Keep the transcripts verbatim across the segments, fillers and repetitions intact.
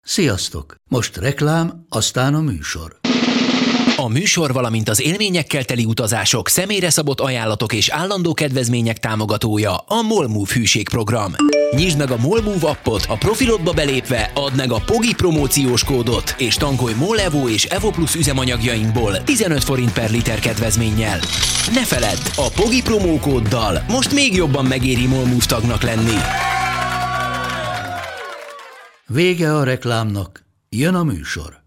Sziasztok! Most reklám, aztán a műsor. A műsor, valamint az élményekkel teli utazások, személyre szabott ajánlatok és állandó kedvezmények támogatója a MOLMOVE hűségprogram. Nyisd meg a MOLMOVE appot, a profilodba belépve add meg a Pogi promóciós kódot, és tankolj MOL Evo és Evo Plus üzemanyagjainkból tizenöt forint per liter kedvezménnyel. Ne feledd, a Pogi promókóddal most még jobban megéri MOLMOVE tagnak lenni. Vége a reklámnak, jön a műsor.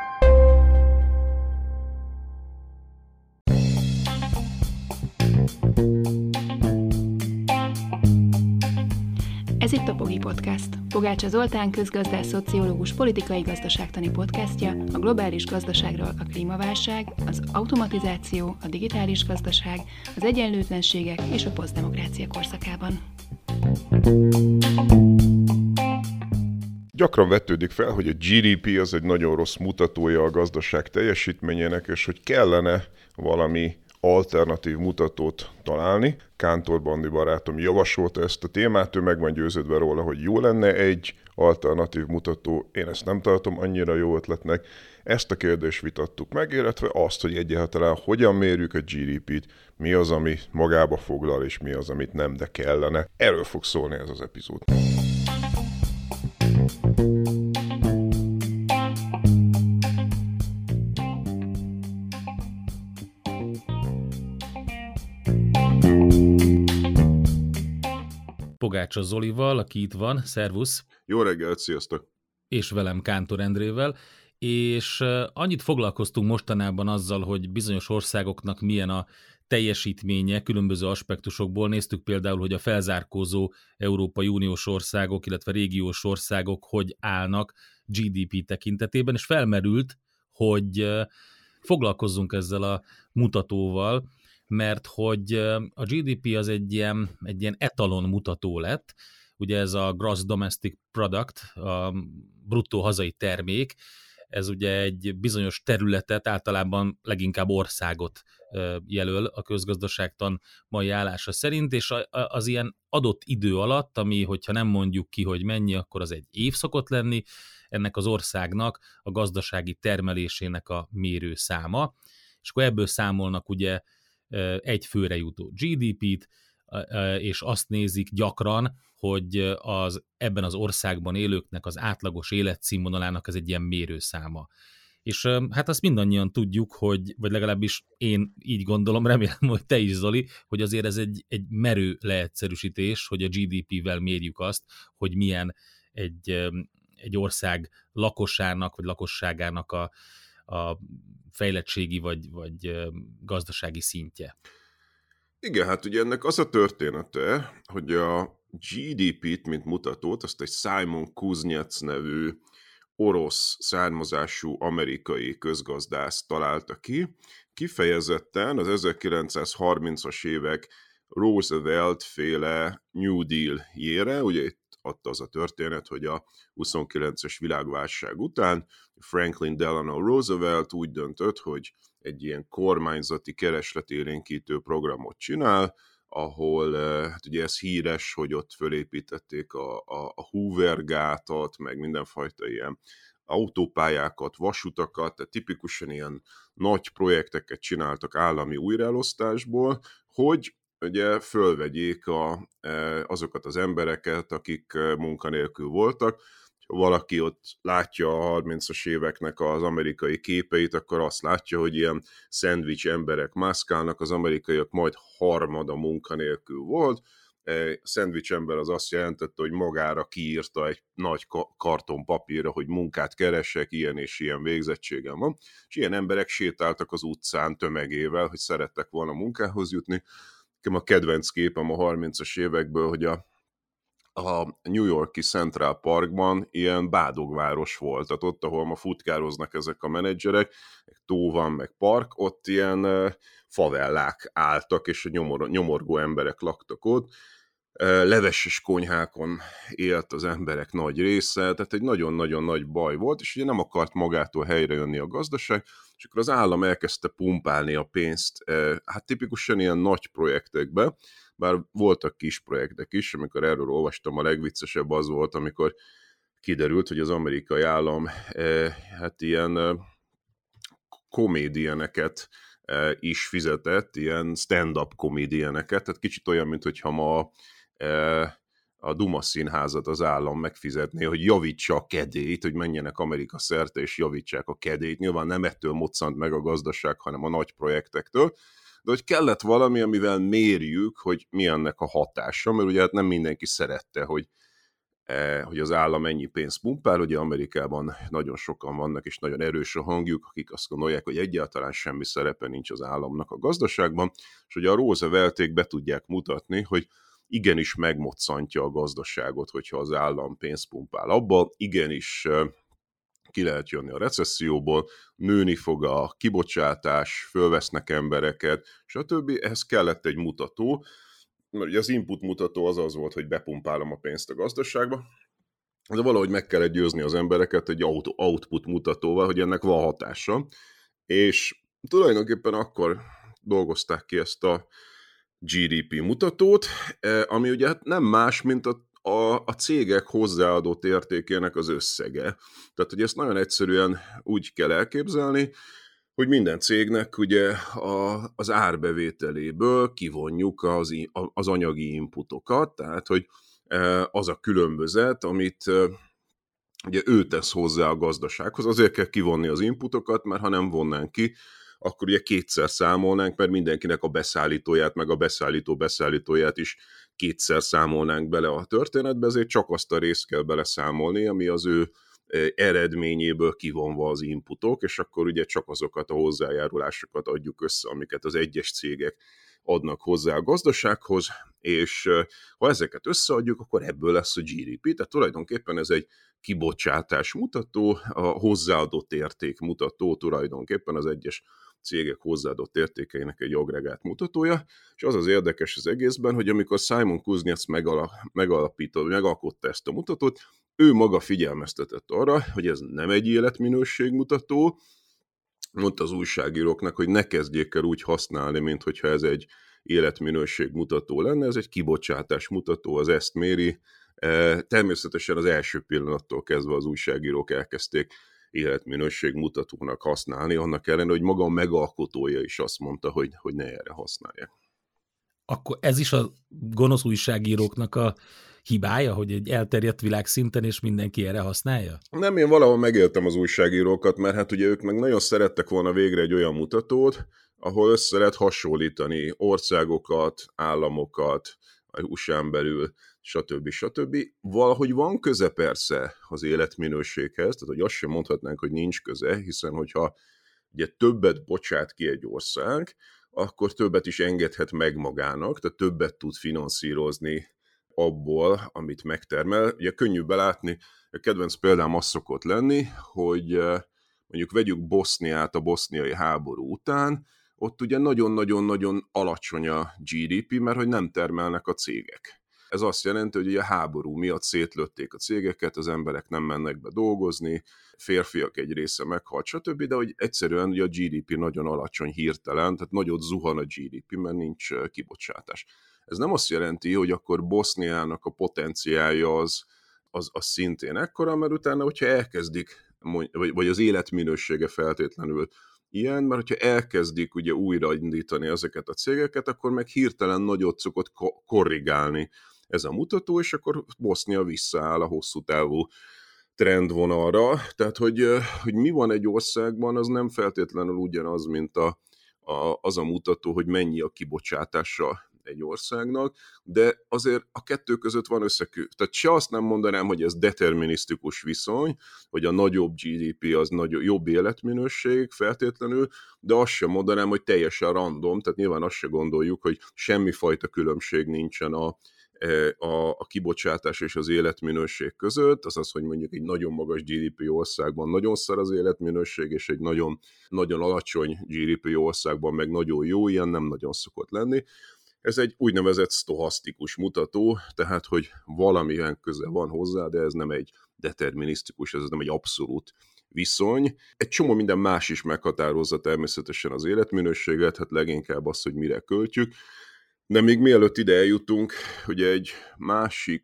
Ez itt a Pogi Podcast. Pogácsa Zoltán közgazdász, szociológus, politikai gazdaságtani podcastja a globális gazdaságról a klímaválság, az automatizáció, a digitális gazdaság, az egyenlőtlenségek és a posztdemokrácia korszakában. Gyakran vetődik fel, hogy a gé dé pé az egy nagyon rossz mutatója a gazdaság teljesítményének, és hogy kellene valami alternatív mutatót találni. Kántor Bandi barátom javasolta ezt a témát, ő meg van győződve róla, hogy jó lenne egy alternatív mutató. Én ezt nem tartom annyira jó ötletnek. Ezt a kérdést vitattuk meg, illetve azt, hogy egyáltalán hogyan mérjük a gé dé pét, mi az, ami magába foglal, és mi az, amit nem, de kellene. Erről fog szólni ez az epizód. Pogácsa Zolival, aki itt van, szervusz. Jó reggelt, sziasztok! És velem Kántor Endrével, és annyit foglalkoztunk mostanában azzal, hogy bizonyos országoknak milyen a teljesítménye különböző aspektusokból. Néztük például, hogy a felzárkózó Európai Uniós országok, illetve régiós országok hogy állnak gé dé pé tekintetében, és felmerült, hogy foglalkozzunk ezzel a mutatóval, mert hogy a gé dé pé az egy ilyen, egy ilyen etalon mutató lett, ugye ez a Gross Domestic Product, a bruttó hazai termék, ez ugye egy bizonyos területet, általában leginkább országot jelöl a közgazdaságtan mai állása szerint, és az ilyen adott idő alatt, ami, hogyha nem mondjuk ki, hogy mennyi, akkor az egy év szokott lenni, ennek az országnak a gazdasági termelésének a mérőszáma, és akkor ebből számolnak ugye egy főre jutó gé dé pét, és azt nézik gyakran, hogy az ebben az országban élőknek az átlagos életszínvonalának ez egy ilyen mérőszáma. És hát azt mindannyian tudjuk, hogy, vagy legalábbis én így gondolom, remélem, hogy te is, Zoli, hogy azért ez egy, egy merő leegyszerűsítés, hogy a gé dé pével mérjük azt, hogy milyen egy, egy ország lakosságának, vagy lakosságának a, a fejlettségi vagy, vagy gazdasági szintje. Igen, hát ugye ennek az a története, hogy a gé dé pét, mint mutatót, azt egy Simon Kuznets nevű orosz származású amerikai közgazdász találta ki, kifejezetten az ezerkilencszázharmincas évek Roosevelt-féle New Deal-jére, ugye itt adta az a történet, hogy a huszonkilences világválság után Franklin Delano Roosevelt úgy döntött, hogy egy ilyen kormányzati keresletélénkítő programot csinál, ahol hát ugye ez híres, hogy ott fölépítették a, a, a Hoover gátat, meg mindenfajta ilyen autópályákat, vasutakat, tehát tipikusan ilyen nagy projekteket csináltak állami újraelosztásból, hogy ugye fölvegyék a, azokat az embereket, akik munkanélkül voltak. Ha valaki ott látja a harmincas éveknek az amerikai képeit, akkor azt látja, hogy ilyen szendvics emberek mászkálnak, az amerikaiak majd harmada munkanélkül volt. A szendvics ember az azt jelentette, hogy magára kiírta egy nagy kartonpapírra, hogy munkát keresek, ilyen és ilyen végzettségem van. És ilyen emberek sétáltak az utcán tömegével, hogy szerettek volna munkához jutni. A kedvenc képem a harmincas évekből, hogy a, a New York-i Central Parkban ilyen bádogváros volt, tehát ott, ahol ma futkároznak ezek a menedzserek, tó van, meg park, ott ilyen uh, favellák álltak, és a nyomor, nyomorgó emberek laktak ott, uh, leveses konyhákon élt az emberek nagy része, tehát egy nagyon-nagyon nagy baj volt, és ugye nem akart magától helyrejönni a gazdaság, és akkor az állam elkezdte pumpálni a pénzt, hát tipikusan ilyen nagy projektekbe, bár voltak kis projektek is, amikor erről olvastam, a legviccesebb az volt, amikor kiderült, hogy az amerikai állam hát ilyen komédieneket is fizetett, ilyen stand-up komédieneket, tehát kicsit olyan, mint hogyha ma a Duma színházat az állam megfizetné, hogy javítsa a kedélyt, hogy menjenek Amerika szerte és javítsák a kedélyt. Nyilván nem ettől moccant meg a gazdaság, hanem a nagy projektektől, de hogy kellett valami, amivel mérjük, hogy mi ennek a hatása, mert ugye hát nem mindenki szerette, hogy, eh, hogy az állam ennyi pénzt pumpál, ugye Amerikában nagyon sokan vannak, és nagyon erős a hangjuk, akik azt gondolják, hogy egyáltalán semmi szerepe nincs az államnak a gazdaságban, és ugye a Roosevelték be tudják mutatni, hogy igenis megmoccantja a gazdaságot, hogyha az állam pénzt pumpál abba, igenis ki lehet jönni a recesszióból, nőni fog a kibocsátás, fölvesznek embereket, stb. Ehhez kellett egy mutató, mert ugye az input mutató az az volt, hogy bepumpálom a pénzt a gazdaságba, de valahogy meg kellett győzni az embereket egy output mutatóval, hogy ennek van hatása, és tulajdonképpen akkor dolgozták ki ezt a gé dé pé mutatót, ami ugye nem más, mint a, a, a cégek hozzáadott értékének az összege. Tehát, hogy ezt nagyon egyszerűen úgy kell elképzelni, hogy minden cégnek ugye a, az árbevételéből kivonjuk az, az anyagi inputokat, tehát, hogy az a különbözet, amit ugye ő tesz hozzá a gazdasághoz. Azért kell kivonni az inputokat, mert ha nem vonnánk ki, akkor ugye kétszer számolnánk, mert mindenkinek a beszállítóját, meg a beszállító beszállítóját is kétszer számolnánk bele a történetbe, ezért csak azt a részt kell beleszámolni, ami az ő eredményéből kivonva az inputok, és akkor ugye csak azokat a hozzájárulásokat adjuk össze, amiket az egyes cégek adnak hozzá a gazdasághoz, és ha ezeket összeadjuk, akkor ebből lesz a gé dé pé, tehát tulajdonképpen ez egy kibocsátás mutató, a hozzáadott érték mutató, tulajdonképpen az egyes cégek hozzáadott értékeinek egy agregát mutatója, és az az érdekes az egészben, hogy amikor Simon Kuznets megalapított, megalkotta ezt a mutatót, ő maga figyelmeztetett arra, hogy ez nem egy életminőségmutató, mondta az újságíróknak, hogy ne kezdjék el úgy használni, mint hogyha ez egy életminőségmutató lenne, ez egy kibocsátás mutató, az ezt méri. Természetesen az első pillanattól kezdve az újságírók elkezdték életminőségmutatónak használni, annak ellenére, hogy maga a megalkotója is azt mondta, hogy, hogy ne erre használják. Akkor ez is a gonosz újságíróknak a hibája, hogy egy elterjedt világszinten, és mindenki erre használja? Nem, én valahol megéltem az újságírókat, mert hát ugye ők meg nagyon szerettek volna végre egy olyan mutatót, ahol össze lehet hasonlítani országokat, államokat, a u es á-n belül, stb. stb. Valahogy van köze persze az életminőséghez, tehát hogy azt sem mondhatnánk, hogy nincs köze, hiszen hogyha ugye többet bocsát ki egy ország, akkor többet is engedhet meg magának, tehát többet tud finanszírozni abból, amit megtermel. Ugye könnyű belátni, a kedvenc példám az szokott lenni, hogy mondjuk vegyük Boszniát a boszniai háború után, ott ugye nagyon-nagyon-nagyon alacsony a gé dé pé, mert hogy nem termelnek a cégek. Ez azt jelenti, hogy ugye a háború miatt szétlőtték a cégeket, az emberek nem mennek be dolgozni, férfiak egy része meghalt, stb., de hogy egyszerűen ugye a gé dé pé nagyon alacsony hirtelen, tehát nagyot zuhan a gé dé pé, mert nincs kibocsátás. Ez nem azt jelenti, hogy akkor Boszniának a potenciálja az, az, az szintén ekkora, mert utána, hogyha elkezdik, vagy, vagy az életminősége feltétlenül ilyen, mert hogyha elkezdik ugye újraindítani ezeket a cégeket, akkor meg hirtelen nagyot szokott korrigálni ez a mutató, és akkor Bosznia visszaáll a hosszú távú trendvonalra. Tehát, hogy, hogy mi van egy országban, az nem feltétlenül ugyanaz, mint a, a, az a mutató, hogy mennyi a kibocsátása egy országnak, de azért a kettő között van összefüggés. Tehát se azt nem mondanám, hogy ez determinisztikus viszony, hogy a nagyobb gé dé pé az nagyobb, jobb életminőség feltétlenül, de azt sem mondanám, hogy teljesen random, tehát nyilván azt se gondoljuk, hogy semmifajta különbség nincsen a, a, a kibocsátás és az életminőség között, azaz, hogy mondjuk egy nagyon magas gé dé pé országban nagyon szar az életminőség, és egy nagyon, nagyon alacsony gé dé pé országban meg nagyon jó, ilyen nem nagyon szokott lenni. Ez egy úgynevezett sztochasztikus mutató, tehát, hogy valamilyen köze van hozzá, de ez nem egy determinisztikus, ez nem egy abszolút viszony. Egy csomó minden más is meghatározza természetesen az életminőséget, hát leginkább az, hogy mire költjük. De még mielőtt ide eljutunk, ugye egy másik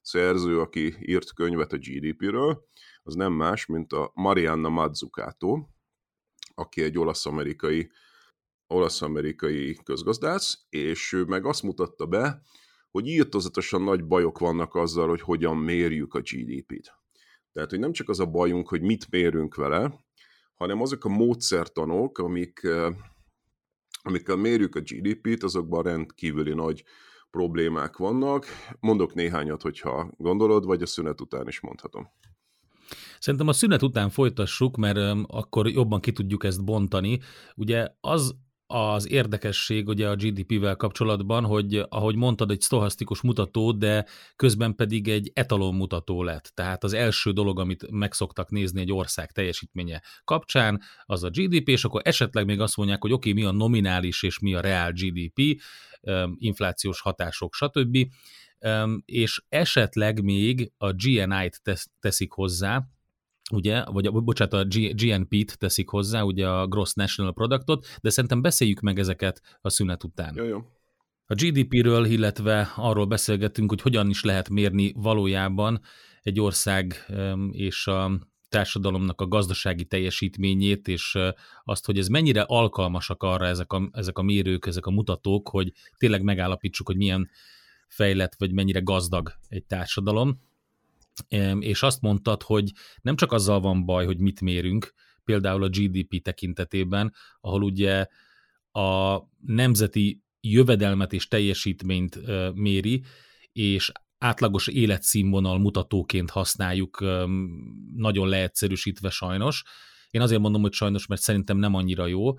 szerző, aki írt könyvet a gé dé péről, az nem más, mint a Marianna Mazzucato, aki egy olasz-amerikai, olasz-amerikai közgazdász, és ő meg azt mutatta be, hogy írtózatosan nagy bajok vannak azzal, hogy hogyan mérjük a gé dé pét. Tehát, hogy nem csak az a bajunk, hogy mit mérünk vele, hanem azok a módszertanok, amik, amikkel mérjük a gé dé pét, azokban rendkívüli nagy problémák vannak. Mondok néhányat, hogyha gondolod, vagy a szünet után is mondhatom. Szerintem a szünet után folytassuk, mert akkor jobban ki tudjuk ezt bontani. Ugye az az érdekesség ugye a gé dé pével kapcsolatban, hogy ahogy mondtad, egy sztochasztikus mutató, de közben pedig egy etalon mutató lett. Tehát az első dolog, amit meg szoktak nézni egy ország teljesítménye kapcsán, az a gé dé pé, és akkor esetleg még azt mondják, hogy oké, okay, mi a nominális és mi a reál gé dé pé, inflációs hatások, stb. És esetleg még a gé en í-t teszik hozzá, ugye, vagy bocsánat, a gé en pé-t teszik hozzá, ugye a Gross National Productot, de szerintem beszéljük meg ezeket a szünet után. Jó, jó. A gé dé péről, illetve arról beszélgettünk, hogy hogyan is lehet mérni valójában egy ország és a társadalomnak a gazdasági teljesítményét, és azt, hogy ez mennyire alkalmasak arra ezek a, ezek a mérők, ezek a mutatók, hogy tényleg megállapítsuk, hogy milyen fejlett, vagy mennyire gazdag egy társadalom. És azt mondtad, hogy nem csak azzal van baj, hogy mit mérünk, például a gé dé pé tekintetében, ahol ugye a nemzeti jövedelmet és teljesítményt méri, és átlagos életszínvonal mutatóként használjuk, nagyon leegyszerűsítve sajnos. Én azért mondom, hogy sajnos, mert szerintem nem annyira jó.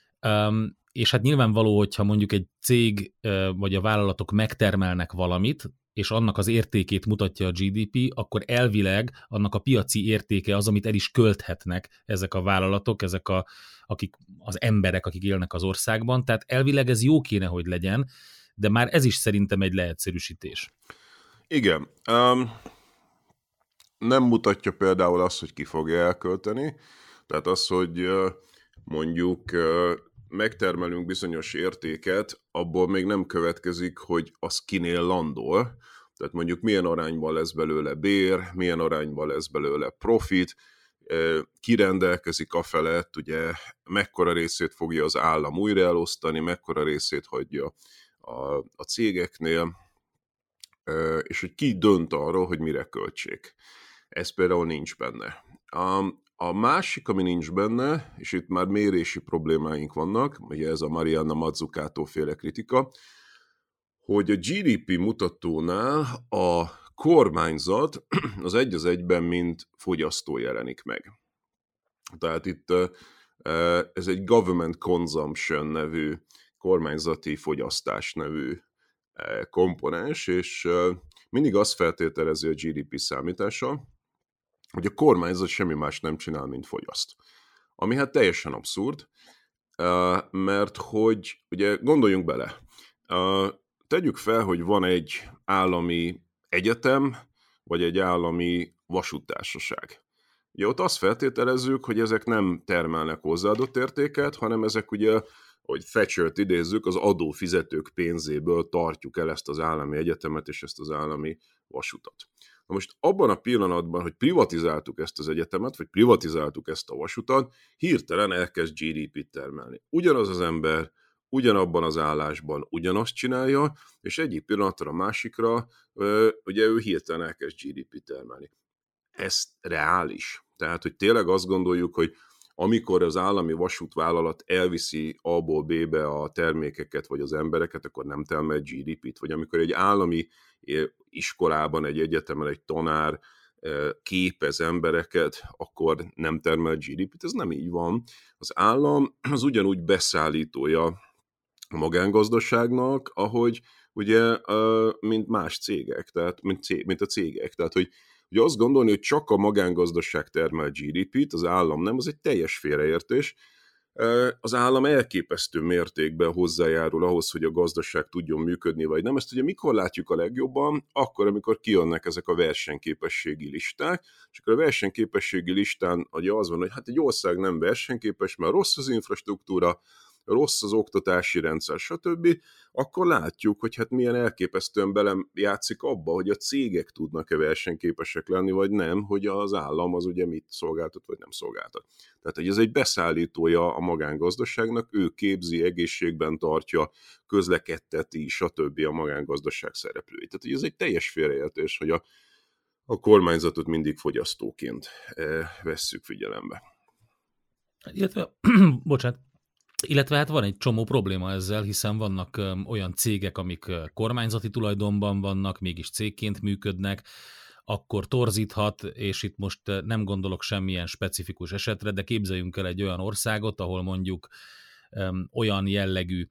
És hát nyilvánvaló, hogyha mondjuk egy cég vagy a vállalatok megtermelnek valamit, és annak az értékét mutatja a gé dé pé, akkor elvileg annak a piaci értéke az, amit el is költhetnek ezek a vállalatok, ezek a, akik, az emberek, akik élnek az országban. Tehát elvileg ez jó kéne, hogy legyen, de már ez is szerintem egy leegyszerűsítés. Igen. Um, nem mutatja például azt, hogy ki fogja elkölteni. Tehát az, hogy uh, mondjuk uh, megtermelünk bizonyos értéket, abból még nem következik, hogy az kinél landol. Tehát mondjuk milyen arányban lesz belőle bér, milyen arányban lesz belőle profit, ki rendelkezik afelett, ugye mekkora részét fogja az állam újra elosztani, mekkora részét hagyja a, a cégeknél, és hogy ki dönt arról, hogy mire költsék. Ez például nincs benne. A, a másik, ami nincs benne, és itt már mérési problémáink vannak, ugye ez a Marianna Mazzucato féle kritika, hogy a gé dé pé mutatónál a kormányzat az egy az egyben, mint fogyasztó jelenik meg. Tehát itt ez egy government consumption nevű, kormányzati fogyasztás nevű komponens, és mindig azt feltételezi a gé dé pé számítása, hogy a kormányzat semmi más nem csinál, mint fogyaszt. Ami hát teljesen abszurd, mert hogy, ugye gondoljunk bele, tegyük fel, hogy van egy állami egyetem, vagy egy állami vasúttársaság. Ugye ott azt feltételezzük, hogy ezek nem termelnek hozzáadott értéket, hanem ezek ugye, hogy Thatchert idézzük, az adófizetők pénzéből tartjuk el ezt az állami egyetemet és ezt az állami vasutat. Na most abban a pillanatban, hogy privatizáltuk ezt az egyetemet, vagy privatizáltuk ezt a vasutat, hirtelen elkezd gé dé pét termelni. Ugyanaz az ember, ugyanabban az állásban ugyanazt csinálja, és egyik pillanatra a másikra, ugye ő hirtelen elkezd gé dé pét termelni. Ez reális. Tehát, hogy tényleg azt gondoljuk, hogy amikor az állami vasútvállalat elviszi A-ból B-be a termékeket vagy az embereket, akkor nem termel gé dé pét. Vagy amikor egy állami iskolában, egy egyetemen egy tanár képez embereket, akkor nem termel gé dé pét. Ez nem így van. Az állam az ugyanúgy beszállítója a magángazdaságnak, ahogy ugye, mint más cégek, tehát mint, cég, mint a cégek. Tehát, hogy ugye azt gondolni, hogy csak a magángazdaság termel gé dé pét, az állam nem, az egy teljes félreértés. Az állam elképesztő mértékben hozzájárul ahhoz, hogy a gazdaság tudjon működni, vagy nem. Ezt ugye mikor látjuk a legjobban? Akkor, amikor kijönnek ezek a versenyképességi listák, és akkor a versenyképességi listán ugye az van, hogy hát egy ország nem versenyképes, mert rossz az infrastruktúra, rossz az oktatási rendszer, stb., akkor látjuk, hogy hát milyen elképesztően belejátszik abba, hogy a cégek tudnak-e versenyképesek lenni, vagy nem, hogy az állam az ugye mit szolgáltat, vagy nem szolgáltat. Tehát, hogy ez egy beszállítója a magángazdaságnak, ő képzi, egészségben tartja, közlekedteti, stb. A magángazdaság szereplőit. Tehát, hogy ez egy teljes félreértés, hogy a, a kormányzatot mindig fogyasztóként eh, vesszük figyelembe. Illetve, bocsánat, illetve hát van egy csomó probléma ezzel, hiszen vannak öm, olyan cégek, amik kormányzati tulajdonban vannak, mégis cégként működnek, akkor torzíthat, és itt most nem gondolok semmilyen specifikus esetre, de képzeljünk el egy olyan országot, ahol mondjuk öm, olyan jellegű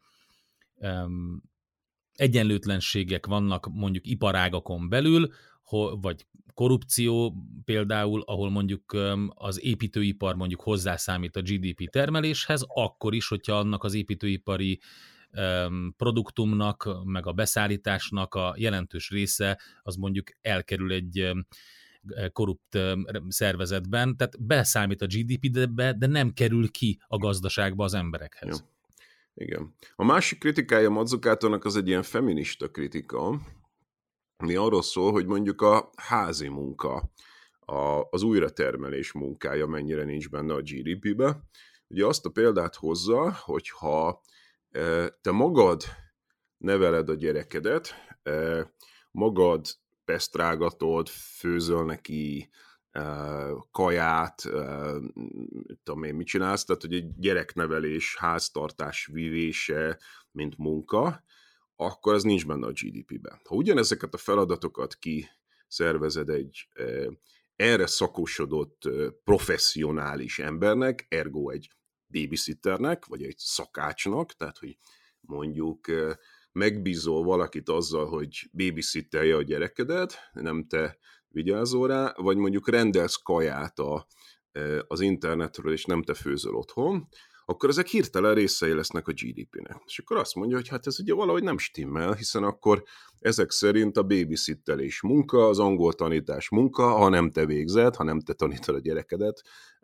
öm, egyenlőtlenségek vannak mondjuk iparágakon belül, ho, vagy korrupció például, ahol mondjuk az építőipar mondjuk hozzászámít a gé dé pé termeléshez, akkor is, hogyha annak az építőipari um, produktumnak, meg a beszállításnak a jelentős része, az mondjuk elkerül egy um, korrupt um, szervezetben, tehát beszámít a gé dé pébe, de nem kerül ki a gazdaságba az emberekhez. Ja. Igen. A másik kritikája Mazzucatónak az egy ilyen feminista kritika, ami arról szól, hogy mondjuk a házi munka, a, az újratermelés munkája mennyire nincs benne a gé dé pébe. Ugye azt a példát hozza, hogyha e, te magad neveled a gyerekedet, e, magad pesztrágatod, főzöl neki e, kaját, e, tudom én, mit csinálsz, tehát hogy egy gyereknevelés, háztartás vívése, mint munka, akkor az nincs benne a gé dé pében. Ha ugyanezeket a feladatokat kiszervezed egy eh, erre szakosodott eh, professzionális embernek, ergo egy babysitternek, vagy egy szakácsnak, tehát hogy mondjuk eh, megbízol valakit azzal, hogy babysitterje a gyerekedet, nem te vigyázol rá, vagy mondjuk rendelsz kaját a, eh, az internetről, és nem te főzöl otthon, akkor ezek hirtelen részei lesznek a gé dé pének. És akkor azt mondja, hogy hát ez ugye valahogy nem stimmel, hiszen akkor ezek szerint a babysittelés munka, az angol tanítás munka, ha nem te végzed, ha nem te tanítod a gyerekedet,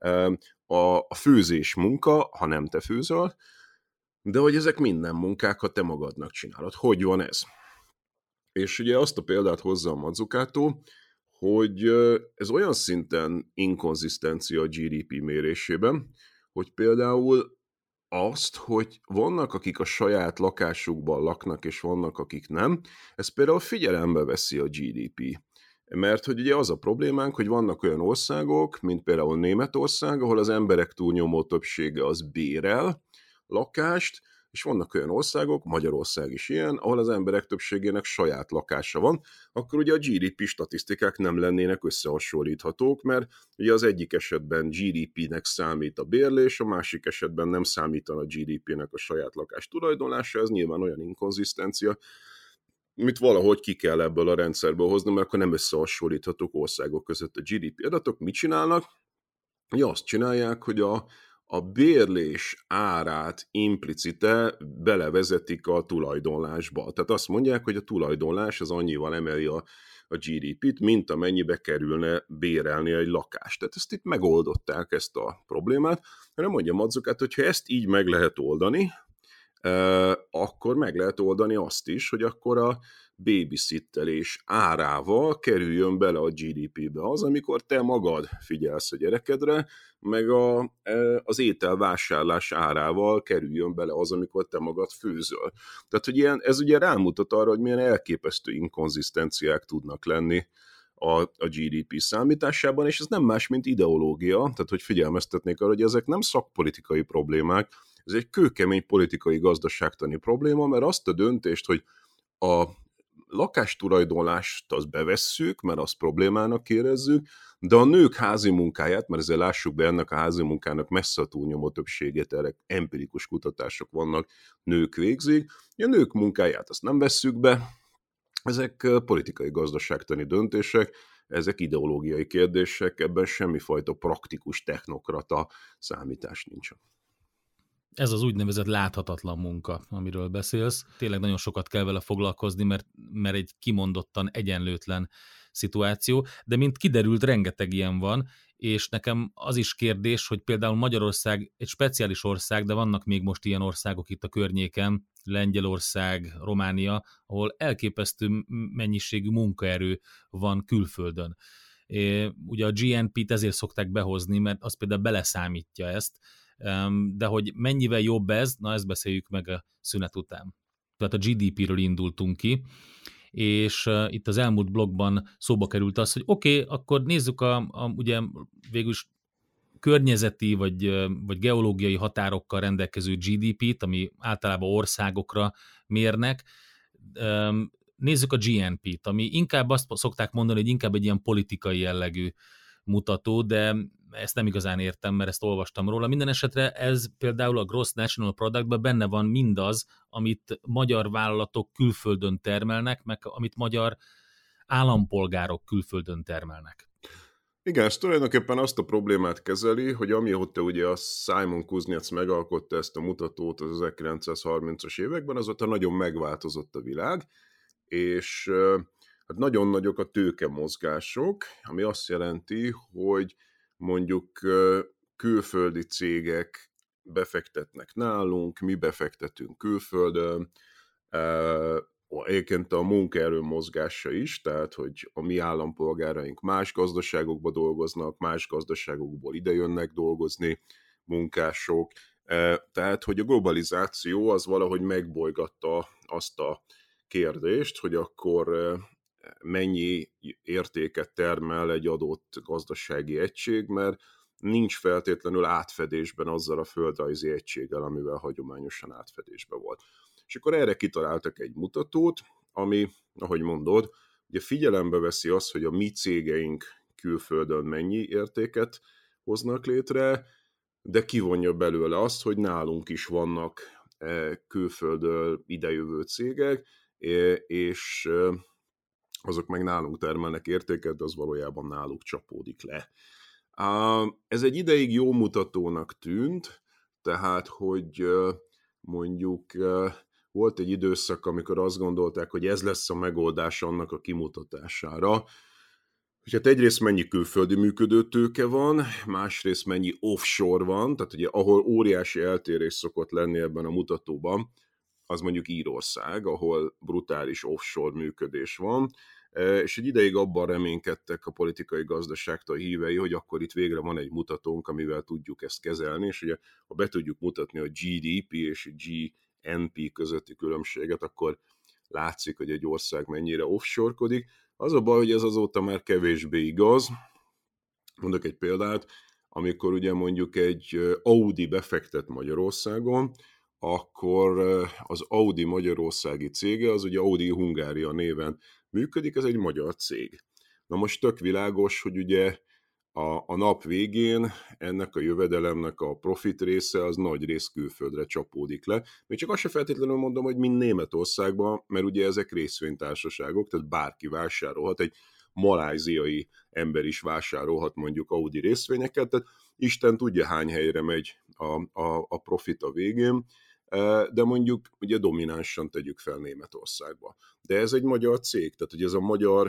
a főzés munka, ha nem te főzöl, de hogy ezek minden munkák, ha te magadnak csinálod. Hogy van ez? És ugye azt a példát hozza a Mazzucato, hogy ez olyan szinten inkonzisztencia a gé dé pé mérésében, hogy például azt, hogy vannak, akik a saját lakásukban laknak, és vannak, akik nem, ez például figyelembe veszi a gé dé pé. Mert hogy ugye az a problémánk, hogy vannak olyan országok, mint például Németország, ahol az emberek túlnyomó többsége az bérel lakást, és vannak olyan országok, Magyarország is ilyen, ahol az emberek többségének saját lakása van, akkor ugye a gé dé pé statisztikák nem lennének összehasonlíthatók, mert ugye az egyik esetben gé dé pének számít a bérlés, a másik esetben nem számítana a gé dé pének a saját lakás tulajdonlása, ez nyilván olyan inkonzisztencia, amit valahogy ki kell ebből a rendszerből hozni, mert akkor nem összehasonlíthatók országok között a gé dé pé adatok. Mit csinálnak? Ugye azt csinálják, hogy a a bérlés árát implicite belevezetik a tulajdonlásba. Tehát azt mondják, hogy a tulajdonlás az annyival emeli a, a gé dé pét, mint amennyibe kerülne bérelni egy lakást. Tehát ezt itt megoldották, ezt a problémát. Nem mondja Mazzucato, hogy ha ezt így meg lehet oldani, akkor meg lehet oldani azt is, hogy akkor a babysittelés árával kerüljön bele a gé dé pébe az, amikor te magad figyelsz a gyerekedre, meg a, az ételvásárlás árával kerüljön bele az, amikor te magad főzöl. Tehát, hogy ilyen, ez ugye rámutat arra, hogy milyen elképesztő inkonzisztenciák tudnak lenni a, a gé dé pé számításában, és ez nem más, mint ideológia, tehát hogy figyelmeztetnék arra, hogy ezek nem szakpolitikai problémák, ez egy kőkemény politikai gazdaságtani probléma, mert azt a döntést, hogy a lakástulajdonlást azt bevesszük, mert azt problémának érezzük, de a nők házi munkáját, mert ezzel lássuk be, ennek a házi munkának messze a túlnyomó többségét, erre empirikus kutatások vannak, nők végzik, a nők munkáját azt nem vesszük be, ezek politikai gazdaságtani döntések, ezek ideológiai kérdések, ebben semmifajta praktikus technokrata számítás nincs. Ez az úgynevezett láthatatlan munka, amiről beszélsz. Tényleg nagyon sokat kell vele foglalkozni, mert, mert egy kimondottan egyenlőtlen szituáció, de mint kiderült, rengeteg ilyen van, és nekem az is kérdés, hogy például Magyarország egy speciális ország, de vannak még most ilyen országok itt a környéken, Lengyelország, Románia, ahol elképesztő mennyiségű munkaerő van külföldön. É, ugye a gé en pét ezért szokták behozni, mert az például beleszámítja ezt, de hogy mennyivel jobb ez, na ezt beszéljük meg a szünet után. Tehát a gé dé péről indultunk ki, és uh, itt az elmúlt blogban szóba került az, hogy oké, okay, akkor nézzük a, a ugye végülis környezeti vagy, vagy geológiai határokkal rendelkező gé dé pét, ami általában országokra mérnek. Um, nézzük a gé en pét, ami inkább azt szokták mondani, hogy inkább egy ilyen politikai jellegű mutató, de ezt nem igazán értem, mert ezt olvastam róla. Minden esetre ez például a Gross National Productban benne van mindaz, amit magyar vállalatok külföldön termelnek, meg amit magyar állampolgárok külföldön termelnek. Igen, ez tulajdonképpen azt a problémát kezeli, hogy amióta ugye a Simon Kuznets megalkotta ezt a mutatót az ezerkilencszázharmincas években, azóta nagyon megváltozott a világ, és hát nagyon nagyok a tőkemozgások, ami azt jelenti, hogy mondjuk külföldi cégek befektetnek nálunk, mi befektetünk külföldön, egyébként a munkaerő mozgása is, tehát hogy a mi állampolgáraink más gazdaságokba dolgoznak, más gazdaságokból idejönnek dolgozni munkások, tehát hogy a globalizáció az valahogy megbolygatta azt a kérdést, hogy akkor mennyi értéket termel egy adott gazdasági egység, mert nincs feltétlenül átfedésben azzal a földrajzi egységgel, amivel hagyományosan átfedésben volt. És akkor erre kitaláltak egy mutatót, ami, ahogy mondod, ugye figyelembe veszi azt, hogy a mi cégeink külföldön mennyi értéket hoznak létre, de kivonja belőle azt, hogy nálunk is vannak külföldről idejövő cégek, és azok meg nálunk termelnek értéket, de az valójában náluk csapódik le. Ez egy ideig jó mutatónak tűnt, tehát, hogy mondjuk volt egy időszak, amikor azt gondolták, hogy ez lesz a megoldás annak a kimutatására, hogy hát egyrészt mennyi külföldi működőtőke van, másrészt mennyi offshore van, tehát ugye ahol óriási eltérés szokott lenni ebben a mutatóban, az mondjuk Írország, ahol brutális offshore működés van, és egy ideig abban reménykedtek a politikai gazdaságtan hívei, hogy akkor itt végre van egy mutatónk, amivel tudjuk ezt kezelni, és ugye ha be tudjuk mutatni a gé dé pé és a gé en pé közötti különbséget, akkor látszik, hogy egy ország mennyire offshore-kodik. Az a baj, hogy ez azóta már kevésbé igaz. Mondok egy példát, amikor ugye mondjuk egy Audi befektet Magyarországon, akkor az Audi magyarországi cége, az ugye Audi Hungária néven működik, ez egy magyar cég. Na most tök világos, hogy ugye a, a nap végén ennek a jövedelemnek a profit része az nagy rész külföldre csapódik le. Még csak azt se feltétlenül mondom, hogy mind Németországban, mert ugye ezek részvénytársaságok, tehát bárki vásárolhat, egy maláziai ember is vásárolhat mondjuk Audi részvényeket, tehát Isten tudja hány helyre megy a, a, a profit a végén, de mondjuk ugye dominánsan tegyük fel Németországba. De ez egy magyar cég, tehát hogy ez a magyar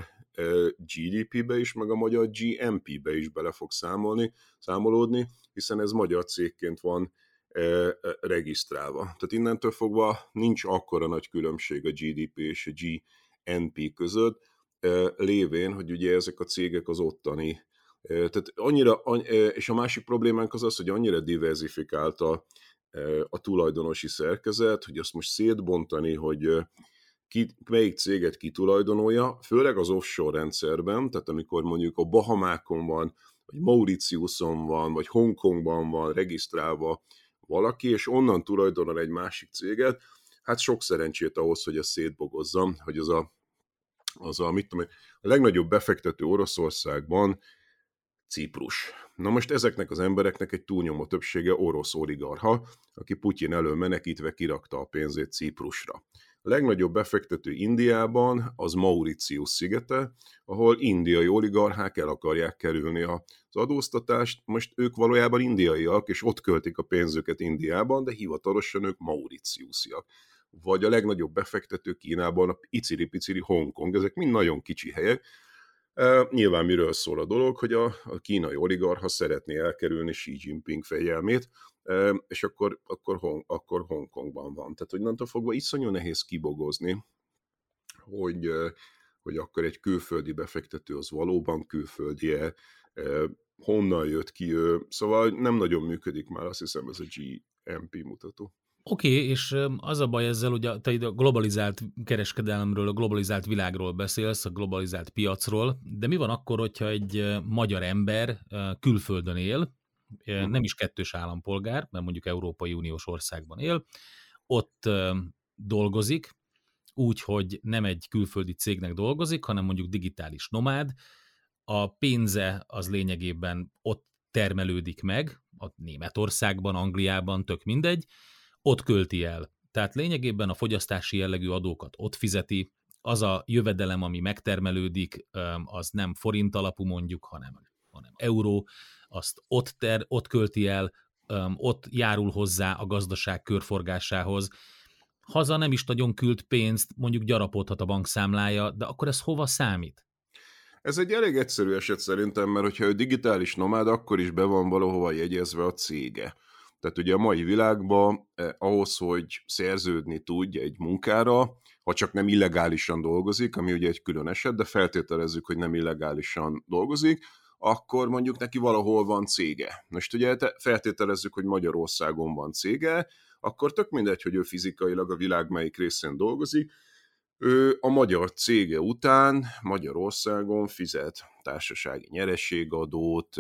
gé dé pé-be is, meg a magyar gé en pé-be is bele fog számolni, számolódni, hiszen ez magyar cégként van regisztrálva. Tehát innentől fogva nincs akkora nagy különbség a gé dé pé és a gé en pé között, lévén, hogy ugye ezek a cégek az ottani. Tehát annyira, és a másik problémánk az az, hogy annyira diversifikált a a tulajdonosi szerkezet, hogy azt most szétbontani, hogy ki, melyik céget kitulajdonolja, főleg az offshore rendszerben, tehát amikor mondjuk a Bahamákon van, vagy Mauritiuson van, vagy Hongkongban van regisztrálva valaki, és onnan tulajdonol egy másik céget, hát sok szerencsét ahhoz, hogy ezt szétbogozzam, hogy az a, az a, mit tudom, a legnagyobb befektető Oroszországban Ciprus. Na most ezeknek az embereknek egy túlnyomó többsége orosz oligarcha, aki Putyin elől menekítve kirakta a pénzét Ciprusra. A legnagyobb befektető Indiában az Mauritius szigete, ahol indiai oligarchák el akarják kerülni az adóztatást. Most ők valójában indiaiak, és ott költik a pénzüket Indiában, de hivatalosan ők mauritiusiak. Vagy a legnagyobb befektető Kínában a iciri-piciri Hongkong, ezek mind nagyon kicsi helyek, Uh, nyilván miről szól a dolog, hogy a, a kínai oligarcha szeretné elkerülni Xi Jinping fegyelmét, uh, és akkor, akkor, Hong, akkor Hongkongban van. Tehát, hogy onnantól fogva iszonyú nehéz kibogozni, hogy, uh, hogy akkor egy külföldi befektető az valóban külföldi-e, uh, honnan jött ki ő, szóval nem nagyon működik már, azt hiszem, ez a gé em pé mutató. Oké, okay, és az a baj ezzel, hogy te a globalizált kereskedelemről, a globalizált világról beszélsz, a globalizált piacról, de mi van akkor, hogyha egy magyar ember külföldön él, nem is kettős állampolgár, mert mondjuk Európai Uniós országban él, ott dolgozik, úgy, hogy nem egy külföldi cégnek dolgozik, hanem mondjuk digitális nomád, a pénze az lényegében ott termelődik meg, a Németországban, Angliában, tök mindegy, ott költi el. Tehát lényegében a fogyasztási jellegű adókat ott fizeti, az a jövedelem, ami megtermelődik, az nem forint alapú mondjuk, hanem, hanem euró, azt ott, ter, ott költi el, ott járul hozzá a gazdaság körforgásához. Haza nem is nagyon küld pénzt, mondjuk gyarapodhat a bankszámlája, de akkor ez hova számít? Ez egy elég egyszerű eset szerintem, mert hogyha ő digitális nomád, akkor is be van valahova jegyezve a cége. Tehát ugye a mai világban eh, ahhoz, hogy szerződni tudj egy munkára, ha csak nem illegálisan dolgozik, ami ugye egy külön eset, de feltételezzük, hogy nem illegálisan dolgozik, akkor mondjuk neki valahol van cége. Most ugye feltételezzük, hogy Magyarországon van cége, akkor tök mindegy, hogy ő fizikailag a világ melyik részén dolgozik, ő a magyar cége után Magyarországon fizet társasági nyereségadót,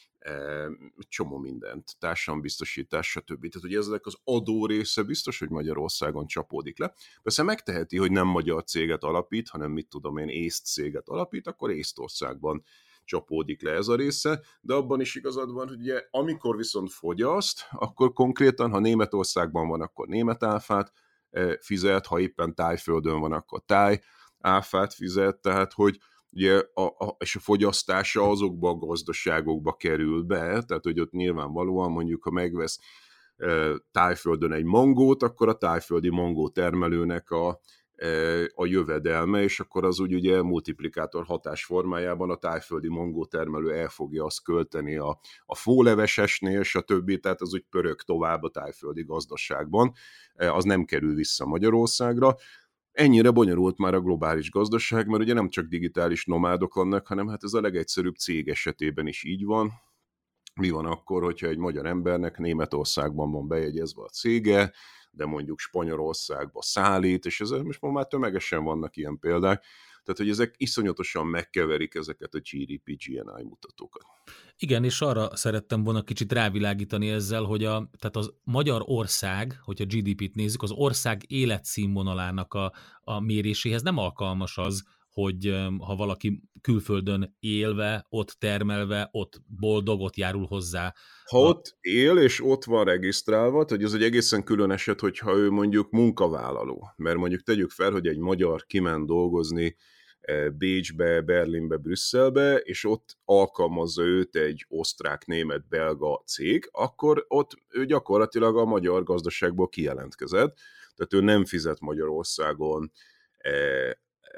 csomó mindent, társadalombiztosítás, stb. Tehát ugye ezek az adó része biztos, hogy Magyarországon csapódik le. Persze megteheti, hogy nem magyar céget alapít, hanem mit tudom én, észt céget alapít, akkor Észtországban csapódik le ez a része, de abban is igazad van, hogy ugye amikor viszont fogyaszt, akkor konkrétan, ha Németországban van, akkor német áfát fizet, ha éppen Tájföldön van, akkor táj áfát fizet, tehát hogy ugye a, a, és a fogyasztása azokba a gazdaságokba kerül be, tehát hogy ott nyilvánvalóan mondjuk, ha megvesz e, Tájföldön egy mangót, akkor a tájföldi mangó termelőnek a, e, a jövedelme, és akkor az úgy ugye multiplikátor hatás formájában a tájföldi mangó termelő el fogja azt költeni a, a fólevesesnél, stb., tehát az úgy pörög tovább a tájföldi gazdaságban, e, az nem kerül vissza Magyarországra. Ennyire bonyolult már a globális gazdaság, mert ugye nem csak digitális nomádok vannak, hanem hát ez a legegyszerűbb cég esetében is így van. Mi van akkor, hogyha egy magyar embernek Németországban van bejegyezve a cége, de mondjuk Spanyolországba szállít, és ezzel most már tömegesen vannak ilyen példák, tehát hogy ezek iszonyatosan megkeverik ezeket a gé dé pé, gé en i mutatókat. Igen, és arra szerettem volna kicsit rávilágítani ezzel, hogy a, tehát az Magyarország, hogyha gé dé pét nézzük, az ország életszínvonalának a, a méréséhez nem alkalmas az, hogy ha valaki külföldön élve, ott termelve, ott boldog, ott járul hozzá. Ha a... ott él, és ott van regisztrálva, tehát ez egy egészen külön eset, hogyha ő mondjuk munkavállaló, mert mondjuk tegyük fel, hogy egy magyar kiment dolgozni Bécsbe, Berlinbe, Brüsszelbe, és ott alkalmazza őt egy osztrák, német, belga cég, akkor ott ő gyakorlatilag a magyar gazdaságból kijelentkezett, tehát ő nem fizet Magyarországon e, e,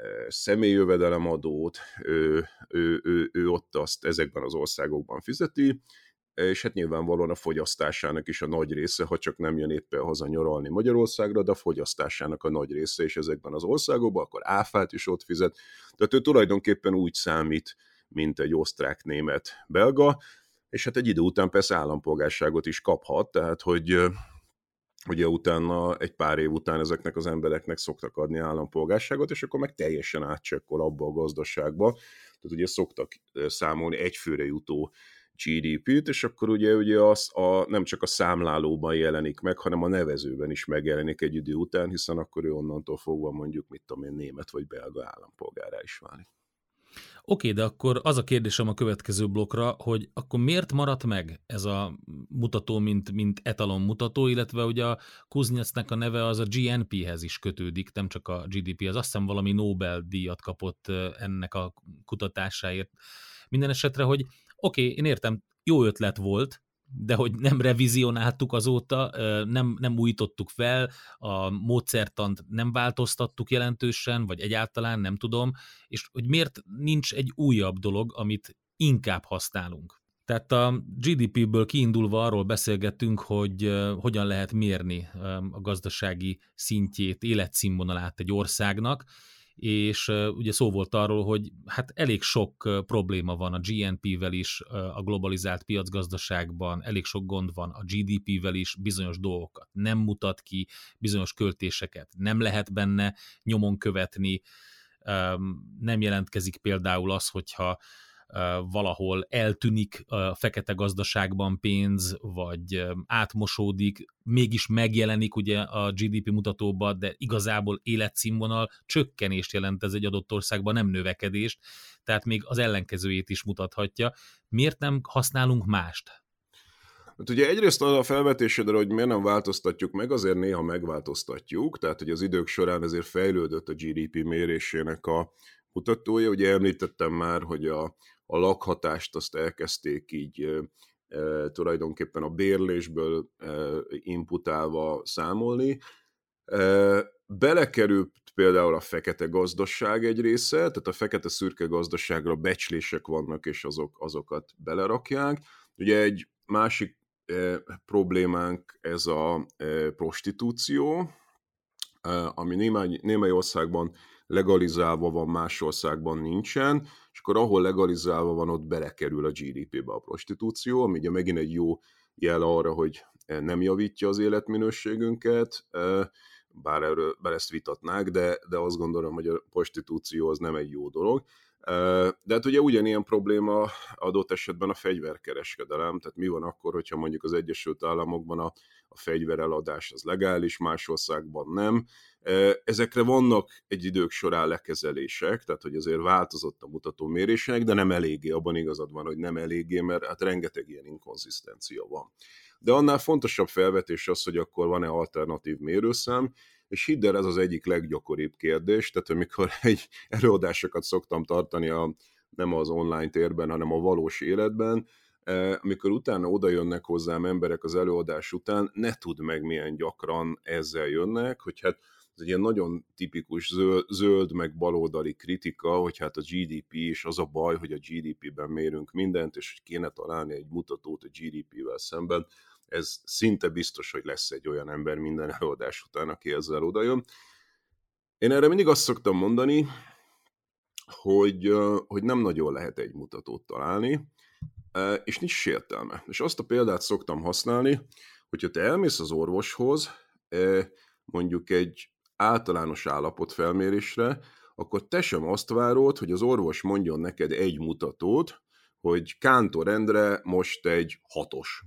személyjövedelemadót, ő, ő, ő, ő ott azt ezekben az országokban fizeti, és hát nyilvánvalóan a fogyasztásának is a nagy része, ha csak nem jön éppen haza nyaralni Magyarországra, de a fogyasztásának a nagy része is ezekben az országokban, akkor áfát is ott fizet. Tehát ő tulajdonképpen úgy számít, mint egy osztrák, német, belga, és hát egy idő után persze állampolgárságot is kaphat, tehát hogy ugye utána, egy pár év után ezeknek az embereknek szoktak adni állampolgárságot, és akkor meg teljesen átcsekkol abba a gazdaságba. Tehát ugye szoktak számolni egyfőre jutó gé dé pét, és akkor ugye, ugye az a, nem csak a számlálóban jelenik meg, hanem a nevezőben is megjelenik egy idő után, hiszen akkor ő onnantól fogva mondjuk, mit tudom én, német vagy belga állampolgárá is válik. Oké, de akkor az a kérdésem a következő blokkra, hogy akkor miért maradt meg ez a mutató, mint, mint etalon mutató, illetve ugye a Kuznecnek a neve az a gé en péhez is kötődik, nem csak a gé dé péhez. Azt hiszem valami Nobel-díjat kapott ennek a kutatásáért. Minden esetre, hogy oké, okay, én értem, jó ötlet volt, de hogy nem revizionáltuk azóta, nem, nem újítottuk fel, a módszertant nem változtattuk jelentősen, vagy egyáltalán nem tudom, és hogy miért nincs egy újabb dolog, amit inkább használunk. Tehát a gé dé pé-ből kiindulva arról beszélgettünk, hogy uh, hogyan lehet mérni um, a gazdasági szintjét, életszínvonalát egy országnak, és uh, ugye szó volt arról, hogy hát elég sok uh, probléma van a gé en pé-vel is, uh, a globalizált piacgazdaságban, elég sok gond van a gé dé pé-vel is, bizonyos dolgokat nem mutat ki, bizonyos költéseket nem lehet benne nyomon követni, um, nem jelentkezik például az, hogyha valahol eltűnik a fekete gazdaságban pénz, vagy átmosódik, mégis megjelenik ugye a gé dé pé mutatóban, de igazából életszínvonal csökkenést jelent ez egy adott országban, nem növekedést, tehát még az ellenkezőjét is mutathatja. Miért nem használunk mást? Hát ugye egyrészt az a felvetésedre, hogy miért nem változtatjuk meg, azért néha megváltoztatjuk, tehát hogy az idők során ezért fejlődött a gé dé pé mérésének a mutatója. Ugye említettem már, hogy a, a lakhatást azt elkezdték így e, e, tulajdonképpen a bérlésből e, inputálva számolni. E, belekerült például a fekete gazdaság egy része, tehát a fekete-szürke gazdaságra becslések vannak, és azok, azokat belerakják. Ugye egy másik e, problémánk ez a e, prostitúció, e, ami némely, némely országban legalizálva van, más országban nincsen, és akkor ahol legalizálva van, ott belekerül a gé dé pé-be a prostitúció, ami ugye megint egy jó jel arra, hogy nem javítja az életminőségünket, bár, erről, bár ezt vitatnák, de, de azt gondolom, hogy a prostitúció az nem egy jó dolog. De hát ugye ugyanilyen probléma adott esetben a fegyverkereskedelem, tehát mi van akkor, hogyha mondjuk az Egyesült Államokban a, a fegyvereladás az legális, más országban nem. Ezekre vannak egy idők során lekezelések, tehát hogy azért változott a mutatómérések, de nem eléggé, abban igazad van, hogy nem eléggé, mert hát rengeteg ilyen inkonzisztencia van. De annál fontosabb felvetés az, hogy akkor van-e alternatív mérőszám, és hidd el, ez az egyik leggyakoribb kérdés, tehát amikor egy előadásokat szoktam tartani a, nem az online térben, hanem a valós életben, amikor utána oda jönnek hozzám emberek az előadás után, ne tudd meg milyen gyakran ezzel jönnek, hogy hát ez egy ilyen nagyon tipikus zöld, zöld meg baloldali kritika, hogy hát a gé dé pé is az a baj, hogy a gé dé pé-ben mérünk mindent, és hogy kéne találni egy mutatót a gé dé pé-vel szemben. Ez szinte biztos, hogy lesz egy olyan ember minden előadás után, aki ezzel odajön. Én erre mindig azt szoktam mondani, hogy, hogy nem nagyon lehet egy mutatót találni, és nincs értelme. És azt a példát szoktam használni, hogyha te elmész az orvoshoz, mondjuk egy általános állapotfelmérésre, akkor te sem azt várod, hogy az orvos mondjon neked egy mutatót, hogy Kántor Endre most egy hatos.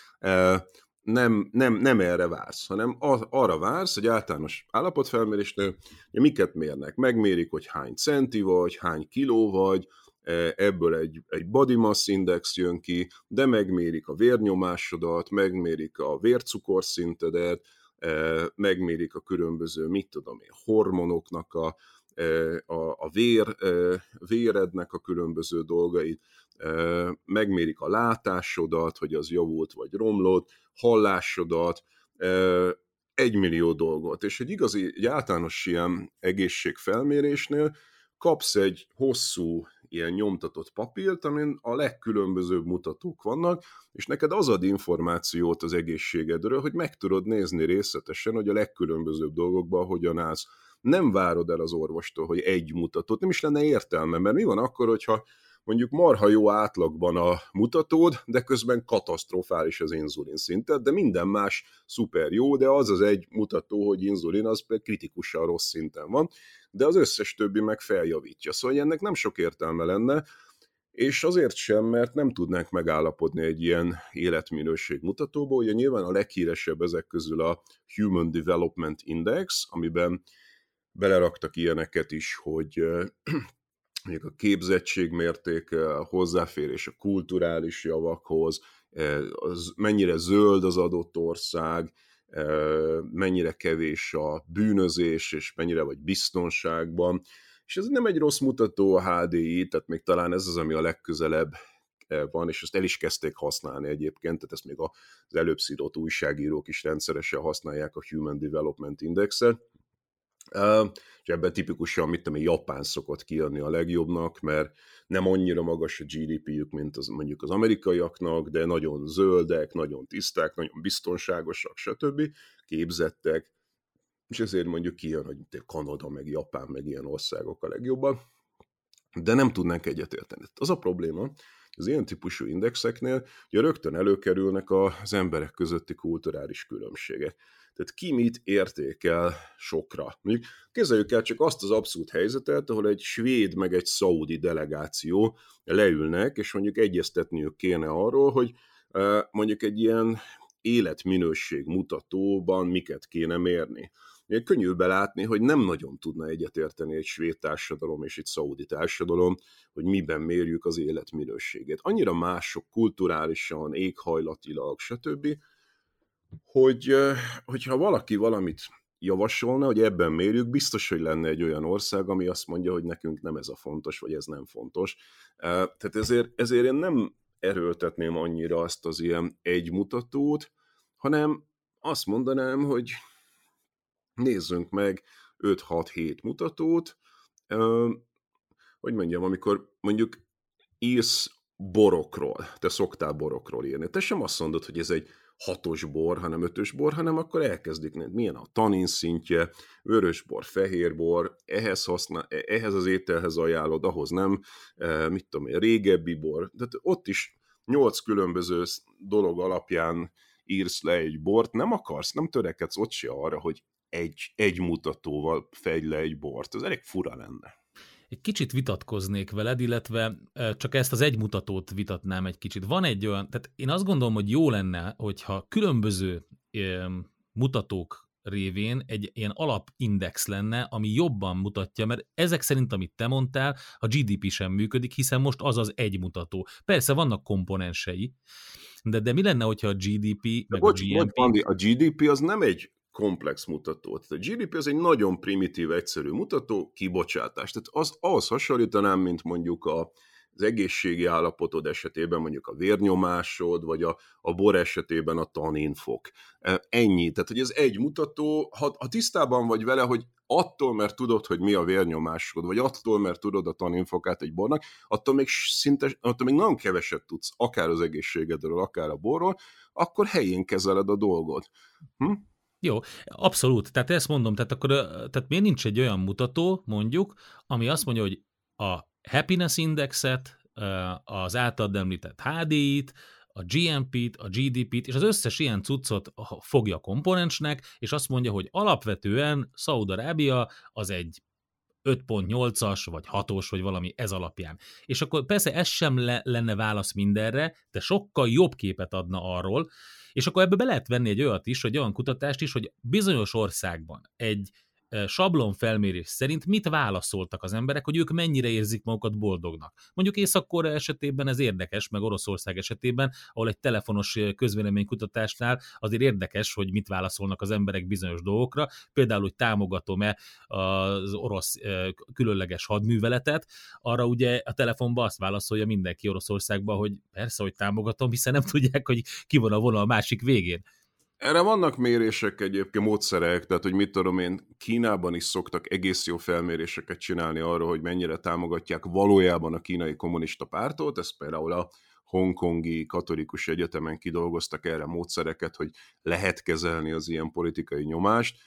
Nem, nem, nem erre vársz, hanem arra vársz, hogy általános állapotfelmérésnél miket mérnek. Megmérik, hogy hány centi vagy, hány kiló vagy, ebből egy, egy body mass index jön ki, de megmérik a vérnyomásodat, megmérik a vércukorszintedet, megmérik a különböző, mit tudom én, hormonoknak, a, a, a vér, vérednek a különböző dolgait, megmérik a látásodat, hogy az javult vagy romlott, hallásodat, egymillió dolgot. És egy igazi, egy általános ilyen egészségfelmérésnél kapsz egy hosszú ilyen nyomtatott papírt, amin a legkülönbözőbb mutatók vannak, és neked az ad információt az egészségedről, hogy meg tudod nézni részletesen, hogy a legkülönbözőbb dolgokban hogyan állsz. Nem várod el az orvostól, hogy egy mutatót, nem is lenne értelme, mert mi van akkor, hogyha mondjuk marha jó átlagban a mutatód, de közben katasztrofális az inzulin szinted, de minden más szuper jó, de az az egy mutató, hogy inzulin, az kritikusan rossz szinten van, de az összes többi meg feljavítja. Szóval ennek nem sok értelme lenne, és azért sem, mert nem tudnánk megállapodni egy ilyen életminőség mutatóból. Ugye nyilván a leghíresebb ezek közül a Human Development Index, amiben beleraktak ilyeneket is, hogy mondjuk a képzettség mértéke, a hozzáférés a kulturális javakhoz, az mennyire zöld az adott ország, mennyire kevés a bűnözés, és mennyire vagy biztonságban. És ez nem egy rossz mutató a há dé i, tehát még talán ez az, ami a legközelebb van, és ezt el is kezdték használni egyébként, tehát ezt még az előbb szidott újságírók is rendszeresen használják, a Human Development Indexet. Uh, és ebben tipikusan, mit tudom, Japán szokott kijönni a legjobbnak, mert nem annyira magas a gé dé pé-jük, mint az, mondjuk az amerikaiaknak, de nagyon zöldek, nagyon tiszták, nagyon biztonságosak, stb. Képzettek, és ezért mondjuk kijön, hogy Kanada, meg Japán, meg ilyen országok a legjobbak, de nem tudnánk egyetérteni. Az a probléma, az ilyen típusú indexeknél ugye rögtön előkerülnek az emberek közötti kulturális különbségek. Tehát ki mit értékel sokra. Mondjuk kezeljük el csak azt az abszurd helyzetet, ahol egy svéd meg egy szaudi delegáció leülnek, és mondjuk egyeztetniük kéne arról, hogy mondjuk egy ilyen életminőség mutatóban miket kéne mérni. Ugye könnyű belátni, hogy nem nagyon tudna egyetérteni egy svéd társadalom és egy szaudi társadalom, hogy miben mérjük az életminőségét. Annyira mások kulturálisan, éghajlatilag, stb., hogy hogyha valaki valamit javasolna, hogy ebben mérjük, biztos, hogy lenne egy olyan ország, ami azt mondja, hogy nekünk nem ez a fontos, vagy ez nem fontos. Tehát ezért, ezért én nem erőltetném annyira azt az ilyen egymutatót, hanem azt mondanám, hogy nézzünk meg öt-hat-hét mutatót, hogy mondjam, amikor mondjuk írsz borokról, te szoktál borokról írni, te sem azt mondod, hogy ez egy hatos bor, hanem ötös bor, hanem akkor elkezdik, milyen a tanin szintje, vörös bor, fehér bor, ehhez, használ, ehhez az ételhez ajánlod, ahhoz nem, mit tudom én, régebbi bor, tehát ott is nyolc különböző dolog alapján írsz le egy bort, nem akarsz, nem törekedsz ott se arra, hogy egy, egy mutatóval fegy le egy bort, ez elég fura lenne. Egy kicsit vitatkoznék veled, illetve csak ezt az egy mutatót vitatnám egy kicsit. Van egy olyan, tehát én azt gondolom, hogy jó lenne, hogyha különböző mutatók révén egy ilyen alapindex lenne, ami jobban mutatja, mert ezek szerint, amit te mondtál, a gé dé pé sem működik, hiszen most az az egy mutató. Persze vannak komponensei, de, de mi lenne, hogyha a gé dé pé, meg bocs, a gé em pé... Bocs, a gé dé pé az nem egy komplex mutató. Tehát a gé dé pé az egy nagyon primitív, egyszerű mutató, kibocsátás. Tehát az, ahhoz hasonlítanám, mint mondjuk a, az egészségi állapotod esetében, mondjuk a vérnyomásod, vagy a, a bor esetében a taninfok. Ennyi. Tehát, hogy ez egy mutató, ha, ha tisztában vagy vele, hogy attól, mert tudod, hogy mi a vérnyomásod, vagy attól, mert tudod a taninfokát egy bornak, attól még szinte, attól még nagyon keveset tudsz, akár az egészségedről, akár a borról, akkor helyén kezeled a dolgot. Hm? Jó, abszolút. Tehát ezt mondom, tehát akkor tehát miért nincs egy olyan mutató, mondjuk, ami azt mondja, hogy a happiness indexet, az általad említett há dé í-t, a gé em pé-t, a gé dé pé-t, és az összes ilyen cuccot fogja komponensnek, és azt mondja, hogy alapvetően Szaúd-Arábia az egy öt pont nyolcas, vagy hatos, vagy valami ez alapján. És akkor persze ez sem le, lenne válasz mindenre, de sokkal jobb képet adna arról, és akkor ebbe be lehet venni egy olyat is, vagy olyan kutatást is, hogy bizonyos országban egy sablon felmérés szerint mit válaszoltak az emberek, hogy ők mennyire érzik magukat boldognak. Mondjuk Észak-Korea esetében ez érdekes, meg Oroszország esetében, ahol egy telefonos közvéleménykutatásnál azért érdekes, hogy mit válaszolnak az emberek bizonyos dolgokra, például, hogy támogatom-e az orosz különleges hadműveletet, arra ugye a telefonban azt válaszolja mindenki Oroszországban, hogy persze, hogy támogatom, hiszen nem tudják, hogy ki van a vonal másik végén. Erre vannak mérések egyébként, módszerek, tehát hogy mit tudom én, Kínában is szoktak egész jó felméréseket csinálni arra, hogy mennyire támogatják valójában a kínai kommunista pártot, ez például a hongkongi katolikus egyetemen kidolgoztak erre módszereket, hogy lehet kezelni az ilyen politikai nyomást,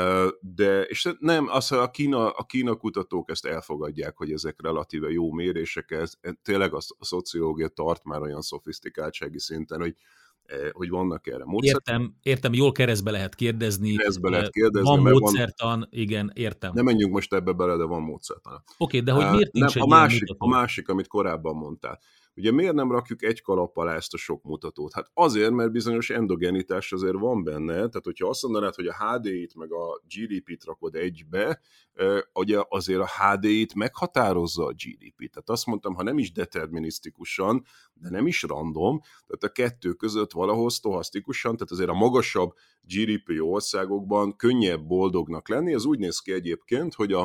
de és nem, az, a Kína, a Kína kutatók ezt elfogadják, hogy ezek relatíve jó mérések, ez, tényleg a, a szociológia tart már olyan szofisztikáltsági szinten, hogy hogy vannak erre módszerek. Értem, értem, jól keresztbe lehet kérdezni. Keresztbe lehet kérdezni. Van módszertan, van... igen, értem. Nem menjünk most ebbe bele, de van módszertan. Oké, okay, de hogy miért nincs nem, egy a másik, mutató? A másik, amit korábban mondtál. Ugye miért nem rakjuk egy kalap alá ezt a sok mutatót? Hát azért, mert bizonyos endogenitás azért van benne, tehát hogyha azt mondanád, hogy a há dé í-t meg a gé dé pé-t rakod egybe, ugye azért a há dé í-t meghatározza a gé dé pé. Tehát azt mondtam, ha nem is determinisztikusan, de nem is random, tehát a kettő között valahol sztochasztikusan, tehát azért a magasabb gé dé pé országokban könnyebb boldognak lenni. Ez úgy néz ki egyébként, hogy a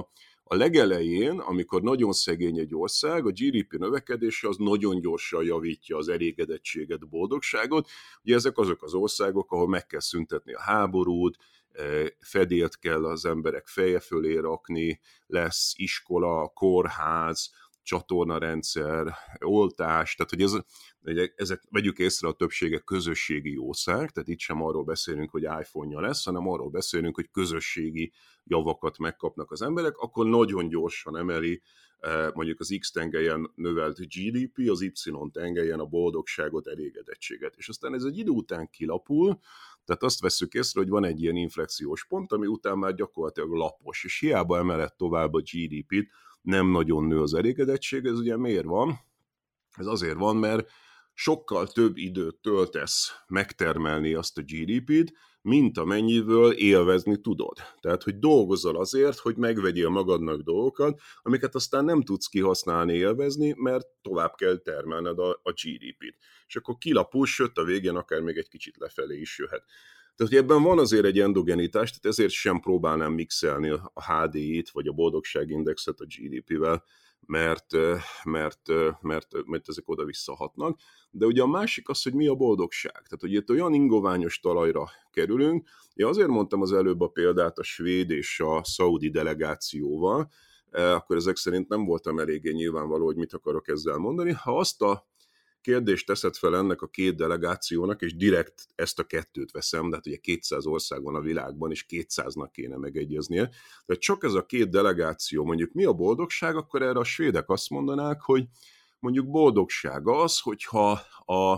A legelején, amikor nagyon szegény egy ország, a gé dé pé növekedése az nagyon gyorsan javítja az elégedettséget, boldogságot. Ugye ezek azok az országok, ahol meg kell szüntetni a háborút, fedélt kell az emberek feje fölé rakni, lesz iskola, kórház, csatornarendszer, oltás, tehát hogy ez, ezek, vegyük észre, a többsége közösségi jószág, tehát itt sem arról beszélünk, hogy iPhone-ja lesz, hanem arról beszélünk, hogy közösségi javakat megkapnak az emberek, akkor nagyon gyorsan emeli mondjuk az X tengelyen növelt gé dé pé, az Y tengelyen a boldogságot, elégedettséget. És aztán ez egy idő után kilapul, tehát azt vesszük észre, hogy van egy ilyen inflexiós pont, ami után már gyakorlatilag lapos, és hiába emelett tovább a gé dé pét, nem nagyon nő az elégedettség. Ez ugye miért van? Ez azért van, mert sokkal több időt töltesz megtermelni azt a gé dé pét, mint amennyiből élvezni tudod. Tehát, hogy dolgozol azért, hogy megvegyél magadnak dolgokat, amiket aztán nem tudsz kihasználni, élvezni, mert tovább kell termelned a, a gé dé pét. És akkor kilapul, sőt, a végén akár még egy kicsit lefelé is jöhet. Tehát, hogy ebben van azért egy endogenitás, tehát ezért sem próbálnám mixelni a há dé í-t, vagy a boldogságindexet a gé dé pével, mert, mert, mert, mert ezek oda-vissza hatnak. De ugye a másik az, hogy mi a boldogság. Tehát, hogy itt olyan ingoványos talajra kerülünk. Én azért mondtam az előbb a példát a svéd és a szaudi delegációval, akkor ezek szerint nem voltam eléggé nyilvánvaló, hogy mit akarok ezzel mondani. Ha azt a kérdést teszed fel ennek a két delegációnak, és direkt ezt a kettőt veszem, de hát ugye kétszáz ország van a világban, és kétszáznak kéne megegyeznie. Tehát csak ez a két delegáció, mondjuk mi a boldogság, akkor erre a svédek azt mondanák, hogy mondjuk boldogság az, hogyha a,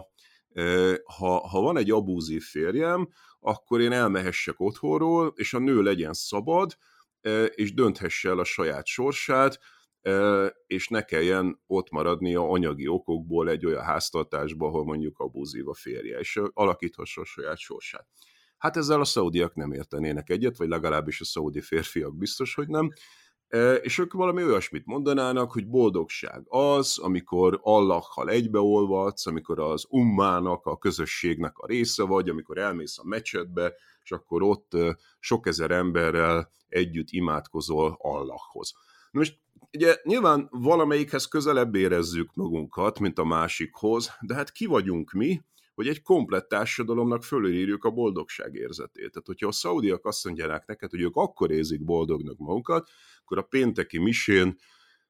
ha, ha van egy abúzív férjem, akkor én elmehessek otthonról, és a nő legyen szabad, és dönthesse el a saját sorsát, és ne kelljen ott maradnia anyagi okokból egy olyan háztartásba, ahol mondjuk abúzív a férje, és alakíthassa a saját sorsát. Hát ezzel a szaudiak nem értenének egyet, vagy legalábbis a szaudi férfiak biztos, hogy nem, és ők valami olyasmit mondanának, hogy boldogság az, amikor Allahnal egybeolvadsz, amikor az ummának, a közösségnek a része vagy, amikor elmész a mecsetbe, és akkor ott sok ezer emberrel együtt imádkozol Allahhoz. Most ugye nyilván valamelyikhez közelebb érezzük magunkat, mint a másikhoz, de hát ki vagyunk mi, hogy egy komplett társadalomnak fölírjuk a boldogság érzetét. Tehát, hogyha a szaudiak azt mondják neked, hogy ők akkor érzik boldognak magukat, akkor a pénteki misén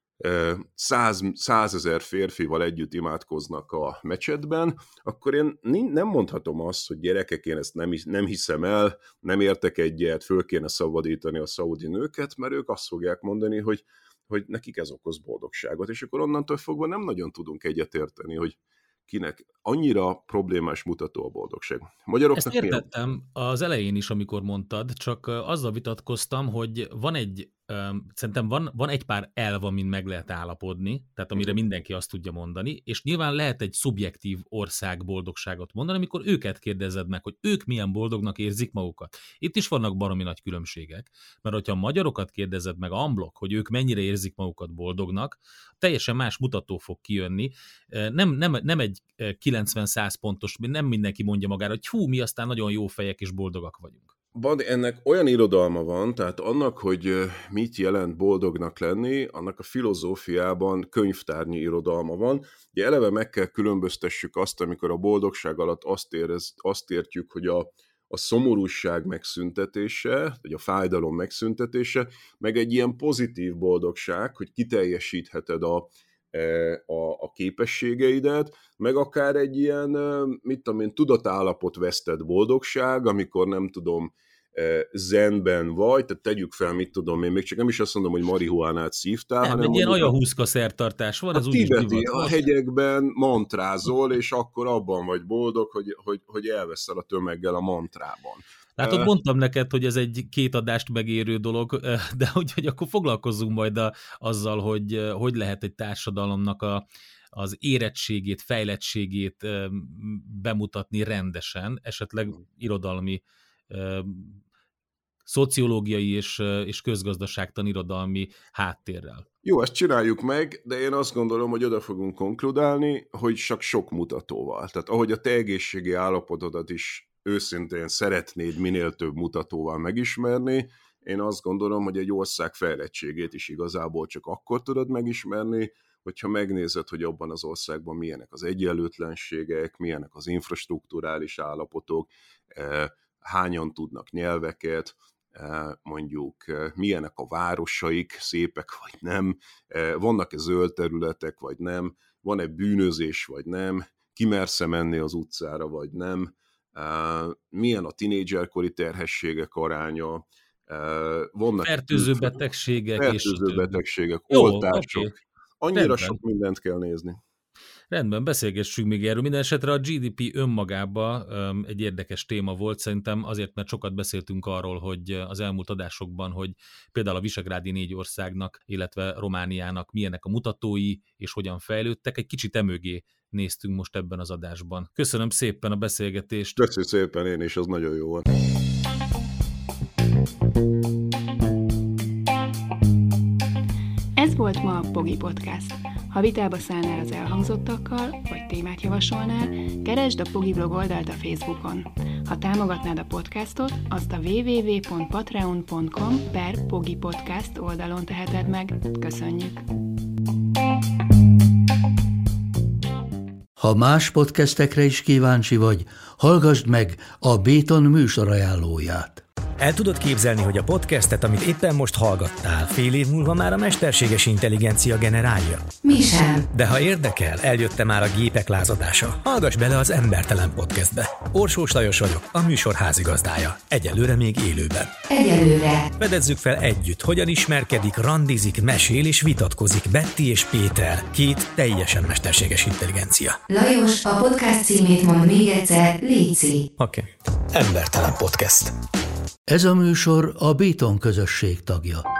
száz, százezer férfival együtt imádkoznak a mecsetben, akkor én nem mondhatom azt, hogy gyerekek, én ezt nem, nem hiszem el, nem értek egyet, föl kéne szabadítani a szaudi nőket, mert ők azt fogják mondani, hogy, hogy nekik ez okoz boldogságot, és akkor onnantól fogva nem nagyon tudunk egyetérteni, hogy kinek annyira problémás mutató a boldogság. Magyaroknak ezt értettem milyen? Az elején is, amikor mondtad, csak azzal vitatkoztam, hogy van egy, szerintem van, van egy pár elv, amin meg lehet állapodni, tehát amire mindenki azt tudja mondani, és nyilván lehet egy szubjektív ország boldogságot mondani, amikor őket kérdezed meg, hogy ők milyen boldognak érzik magukat. Itt is vannak baromi nagy különbségek, mert hogyha a magyarokat kérdezed meg unblock, hogy ők mennyire érzik magukat boldognak, teljesen más mutató fog kijönni. Nem, nem, nem egy kilencven-száz pontos, nem mindenki mondja magára, hogy hú, mi aztán nagyon jó fejek és boldogak vagyunk. Bad, ennek olyan irodalma van, tehát annak, hogy mit jelent boldognak lenni, annak a filozófiában könyvtárnyi irodalma van. Ugye eleve meg kell különböztessük azt, amikor a boldogság alatt azt, érez, azt értjük, hogy a, a szomorúság megszüntetése, vagy a fájdalom megszüntetése, meg egy ilyen pozitív boldogság, hogy kiteljesítheted a A, a képességeidet, meg akár egy ilyen, mit tudom én, tudatállapot vesztett boldogság, amikor nem tudom, zenben vagy, tehát tegyük fel, mit tudom én, még csak nem is azt mondom, hogy marihuánát szívtál, nem, hanem egy ilyen ayahuszka szertartás van, ez a tibeti, a hegyekben mantrázol, és akkor abban vagy boldog, hogy, hogy, hogy elveszel a tömeggel a mantrában. Látod, mondtam neked, hogy ez egy két adást megérő dolog, de hogy, hogy akkor foglalkozzunk majd a, azzal, hogy hogy lehet egy társadalomnak a, az érettségét, fejlettségét bemutatni rendesen, esetleg irodalmi, szociológiai és, és közgazdaságtan irodalmi háttérrel. Jó, ezt csináljuk meg, de én azt gondolom, hogy oda fogunk konkludálni, hogy csak sok mutatóval. Tehát ahogy a te egészségi állapotodat is őszintén szeretnéd minél több mutatóval megismerni, én azt gondolom, hogy egy ország fejlettségét is igazából csak akkor tudod megismerni, hogyha megnézed, hogy abban az országban milyenek az egyenlőtlenségek, milyenek az infrastrukturális állapotok, hányan tudnak nyelveket, mondjuk milyenek a városaik, szépek vagy nem, vannak-e zöld területek vagy nem, van-e bűnözés vagy nem, kimersz-e menni az utcára vagy nem, milyen a tinédzserkori terhességek aránya, vannak fertőző betegségek, fertőző és betegségek, Jó, oltások, okay. Annyira Rendben. Sok mindent kell nézni. Rendben, beszélgessünk még erről. Minden esetre a gé dé pé önmagában um, egy érdekes téma volt, szerintem azért, mert sokat beszéltünk arról, hogy az elmúlt adásokban, hogy például a visegrádi négy országnak, illetve Romániának milyenek a mutatói, és hogyan fejlődtek. Egy kicsit emögé néztünk most ebben az adásban. Köszönöm szépen a beszélgetést. Köszönöm szépen én is, az nagyon jó volt. Ez volt ma a Pogi Podcast. Ha vitába szállnál az elhangzottakkal, vagy témát javasolnál, keresd a Pogi blog oldalt a Facebookon. Ha támogatnád a podcastot, azt a double-u double-u double-u pont patreon pont com per Pogi Podcast oldalon teheted meg. Köszönjük! Ha más podcastekre is kíváncsi vagy, hallgassd meg a Béton műsor ajánlóját. El tudod képzelni, hogy a podcastet, amit éppen most hallgattál, fél év múlva már a mesterséges intelligencia generálja? Mi sem. De ha érdekel, eljött már a gépek lázadása. Hallgass bele az Embertelen Podcastbe. Orsós Lajos vagyok, a műsor házigazdája. Egyelőre még élőben. Egyelőre. Fedezzük fel együtt, hogyan ismerkedik, randizik, mesél és vitatkozik Betty és Péter, két teljesen mesterséges intelligencia. Lajos, a podcast címét mond még egyszer, léci. Oké. Okay. Embertelen Podcast. Ez a műsor a Béton közösség tagja.